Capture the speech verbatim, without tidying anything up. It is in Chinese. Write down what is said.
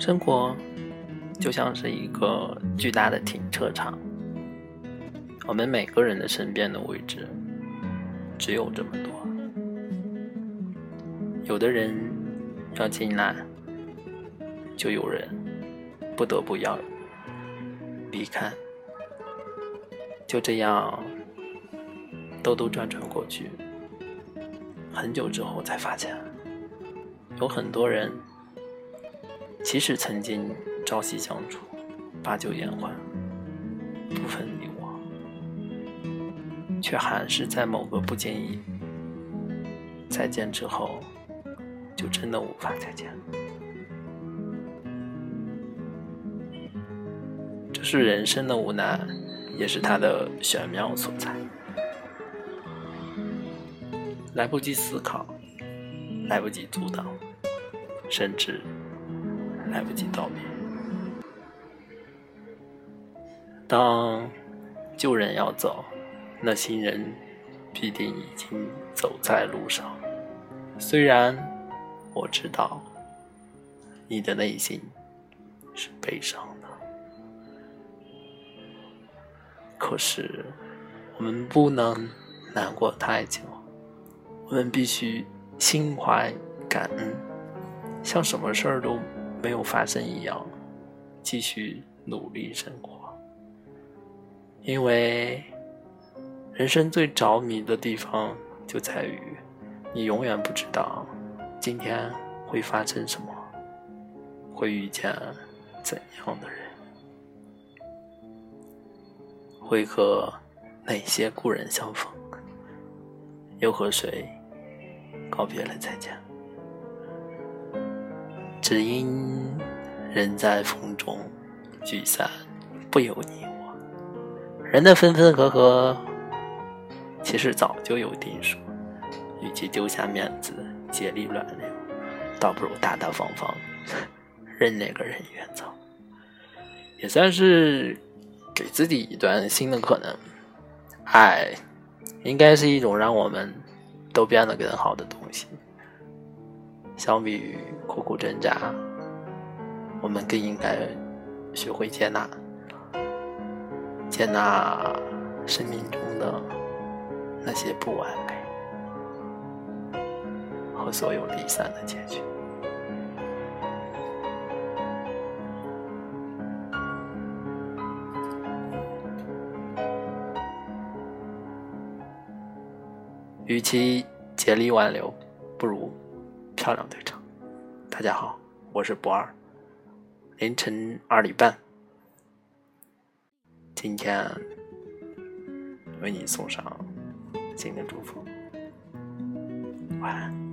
生活就像是一个巨大的停车场，我们每个人的身边的位置只有这么多，有的人要进来，就有人不得不要离开，就这样兜兜转转过去，很久之后才发现，有很多人即使曾经朝夕相处，把酒言欢，不分你我，却还是在某个不经意再见之后，就真的无法再见。这是人生的无奈，也是它的玄妙所在。来不及思考，来不及阻挡，甚至来不及道别。当旧人要走，那新人必定已经走在路上。虽然我知道你的内心是悲伤的，可是我们不能难过太久，我们必须心怀感恩，像什么事儿都没有发生一样，继续努力生活。因为人生最着迷的地方就在于你永远不知道今天会发生什么，会遇见怎样的人，会和哪些故人相逢，又和谁告别了再见。只因人在风中聚散，不由你我。人的分分合合其实早就有定数，与其丢下面子竭力挽留，倒不如大大方方任那个人远走，也算是给自己一段新的可能。爱应该是一种让我们都变得更好的东西，相比于苦苦挣扎，我们更应该学会接纳，接纳生命中的那些不完美和所有离散的结局。与其竭力挽留，不如漂亮退场。大家好，我是博二，凌晨二点半，今天为你送上新的祝福，晚安。